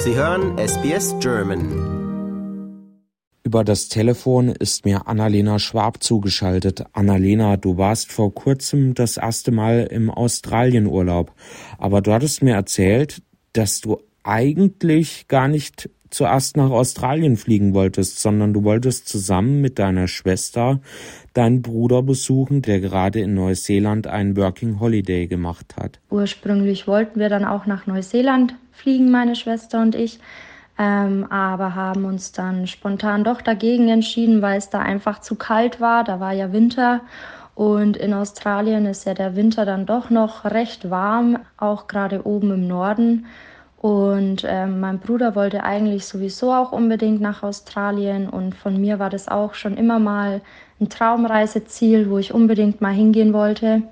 Sie hören SBS German. Über das Telefon ist mir Annalena Schwab zugeschaltet. Annalena, du warst vor kurzem das erste Mal im Australienurlaub. Aber du hattest mir erzählt, dass du eigentlich gar nicht zuerst nach Australien fliegen wolltest, sondern du wolltest zusammen mit deiner Schwester deinen Bruder besuchen, der gerade in Neuseeland einen Working Holiday gemacht hat. Ursprünglich wollten wir dann auch nach Neuseeland fliegen, meine Schwester und ich, aber haben uns dann spontan doch dagegen entschieden, weil es da einfach zu kalt war. Da war ja Winter und in Australien ist ja der Winter dann doch noch recht warm, auch gerade oben im Norden. Und mein Bruder wollte eigentlich sowieso auch unbedingt nach Australien und von mir war das auch schon immer mal ein Traumreiseziel, wo ich unbedingt mal hingehen wollte.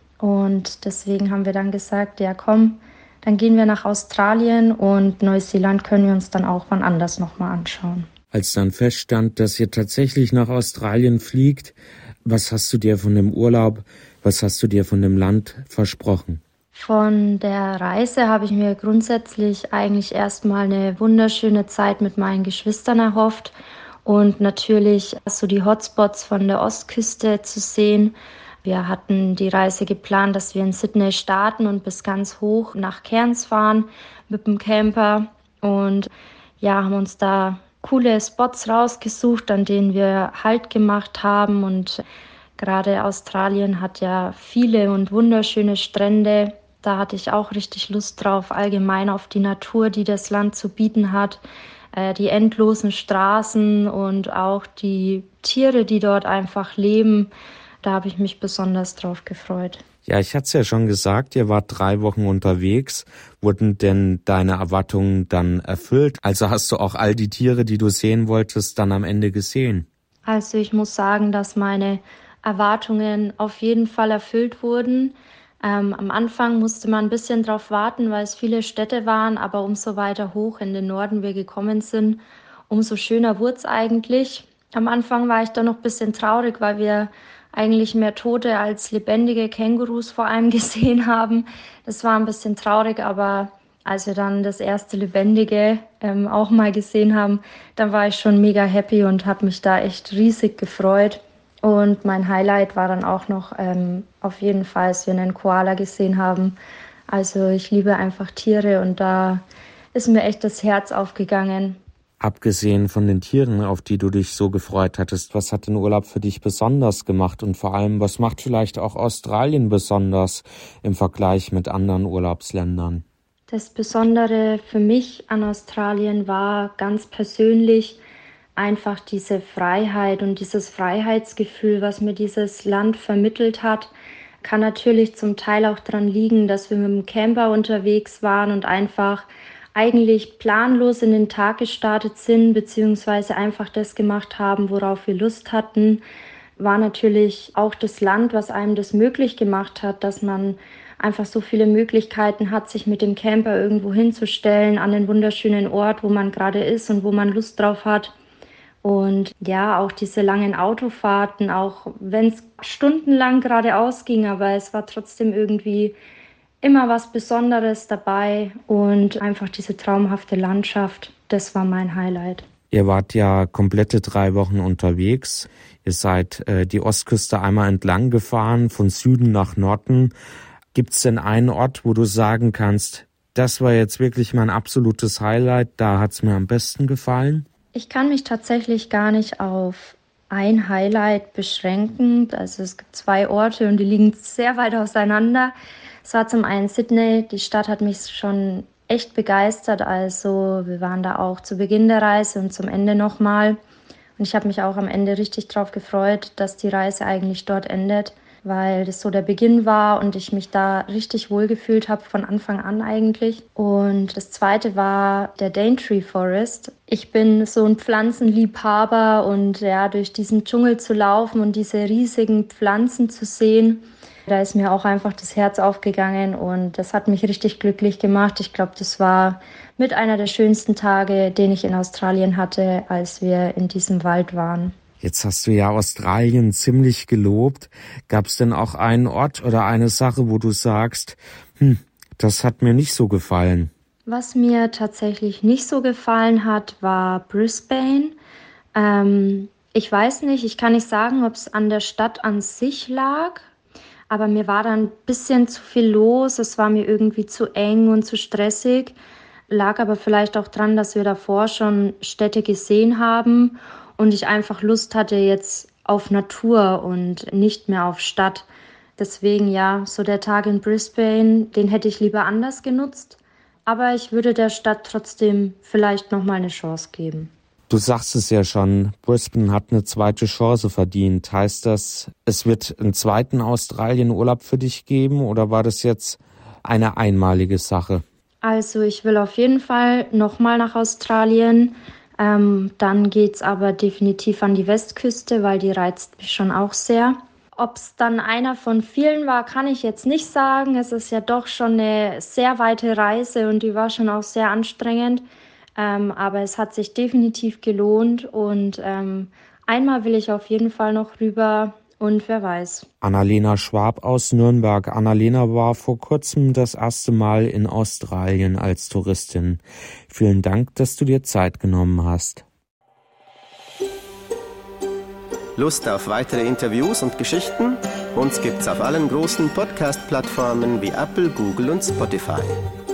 Und deswegen haben wir dann gesagt, ja komm, dann gehen wir nach Australien und Neuseeland können wir uns dann auch wann anders nochmal anschauen. Als dann feststand, dass ihr tatsächlich nach Australien fliegt, was hast du dir von dem Urlaub, was hast du dir von dem Land versprochen? Von der Reise habe ich mir grundsätzlich eigentlich erstmal eine wunderschöne Zeit mit meinen Geschwistern erhofft und natürlich so die Hotspots von der Ostküste zu sehen. Wir hatten die Reise geplant, dass wir in Sydney starten und bis ganz hoch nach Cairns fahren mit dem Camper und ja, haben uns da coole Spots rausgesucht, an denen wir Halt gemacht haben und gerade Australien hat ja viele und wunderschöne Strände. Da hatte ich auch richtig Lust drauf, allgemein auf die Natur, die das Land zu bieten hat, die endlosen Straßen und auch die Tiere, die dort einfach leben. Da habe ich mich besonders drauf gefreut. Ja, ich hatte es ja schon gesagt, ihr wart 3 Wochen unterwegs. Wurden denn deine Erwartungen dann erfüllt? Also hast du auch all die Tiere, die du sehen wolltest, dann am Ende gesehen? Also ich muss sagen, dass meine Erwartungen auf jeden Fall erfüllt wurden. Am Anfang musste man ein bisschen drauf warten, weil es viele Städte waren, aber umso weiter hoch in den Norden wir gekommen sind, umso schöner wurde es eigentlich. Am Anfang war ich da noch ein bisschen traurig, weil wir eigentlich mehr tote als lebendige Kängurus vor allem gesehen haben. Das war ein bisschen traurig, aber als wir dann das erste Lebendige auch mal gesehen haben, dann war ich schon mega happy und habe mich da echt riesig gefreut. Und mein Highlight war dann auch noch auf jeden Fall, als wir einen Koala gesehen haben. Also ich liebe einfach Tiere und da ist mir echt das Herz aufgegangen. Abgesehen von den Tieren, auf die du dich so gefreut hattest, was hat den Urlaub für dich besonders gemacht? Und vor allem, was macht vielleicht auch Australien besonders im Vergleich mit anderen Urlaubsländern? Das Besondere für mich an Australien war ganz persönlich einfach diese Freiheit und dieses Freiheitsgefühl, was mir dieses Land vermittelt hat. Kann natürlich zum Teil auch daran liegen, dass wir mit dem Camper unterwegs waren und einfach eigentlich planlos in den Tag gestartet sind, beziehungsweise einfach das gemacht haben, worauf wir Lust hatten, war natürlich auch das Land, was einem das möglich gemacht hat, dass man einfach so viele Möglichkeiten hat, sich mit dem Camper irgendwo hinzustellen, an den wunderschönen Ort, wo man gerade ist und wo man Lust drauf hat. Und ja, auch diese langen Autofahrten, auch wenn es stundenlang geradeaus ging, aber es war trotzdem irgendwie immer was Besonderes dabei und einfach diese traumhafte Landschaft, das war mein Highlight. Ihr wart ja komplette 3 Wochen unterwegs. Ihr seid die Ostküste einmal entlang gefahren, von Süden nach Norden. Gibt's denn einen Ort, wo du sagen kannst, das war jetzt wirklich mein absolutes Highlight, da hat's mir am besten gefallen? Ich kann mich tatsächlich gar nicht auf ein Highlight beschränken. Also es gibt 2 Orte und die liegen sehr weit auseinander. Es war zum einen Sydney. Die Stadt hat mich schon echt begeistert. Also wir waren da auch zu Beginn der Reise und zum Ende nochmal. Und ich habe mich auch am Ende richtig drauf gefreut, dass die Reise eigentlich dort endet, weil das so der Beginn war und ich mich da richtig wohl gefühlt habe von Anfang an eigentlich. Und das zweite war der Daintree Forest. Ich bin so ein Pflanzenliebhaber und ja, durch diesen Dschungel zu laufen und diese riesigen Pflanzen zu sehen, da ist mir auch einfach das Herz aufgegangen und das hat mich richtig glücklich gemacht. Ich glaube, das war mit einer der schönsten Tage, den ich in Australien hatte, als wir in diesem Wald waren. Jetzt hast du ja Australien ziemlich gelobt. Gab es denn auch einen Ort oder eine Sache, wo du sagst, das hat mir nicht so gefallen? Was mir tatsächlich nicht so gefallen hat, war Brisbane. Ich weiß nicht, ich kann nicht sagen, ob es an der Stadt an sich lag, aber mir war dann ein bisschen zu viel los. Es war mir irgendwie zu eng und zu stressig. Lag aber vielleicht auch dran, dass wir davor schon Städte gesehen haben und ich einfach Lust hatte jetzt auf Natur und nicht mehr auf Stadt. Deswegen ja, so der Tag in Brisbane, den hätte ich lieber anders genutzt. Aber ich würde der Stadt trotzdem vielleicht nochmal eine Chance geben. Du sagst es ja schon, Brisbane hat eine zweite Chance verdient. Heißt das, es wird einen zweiten Australienurlaub für dich geben oder war das jetzt eine einmalige Sache? Also ich will auf jeden Fall nochmal nach Australien. Dann geht's aber definitiv an die Westküste, weil die reizt mich schon auch sehr. Ob es dann einer von vielen war, kann ich jetzt nicht sagen. Es ist ja doch schon eine sehr weite Reise und die war schon auch sehr anstrengend. Aber es hat sich definitiv gelohnt und einmal will ich auf jeden Fall noch rüber und wer weiß. Annalena Schwab aus Nürnberg. Annalena war vor kurzem das erste Mal in Australien als Touristin. Vielen Dank, dass du dir Zeit genommen hast. Lust auf weitere Interviews und Geschichten? Uns gibt's auf allen großen Podcast-Plattformen wie Apple, Google und Spotify.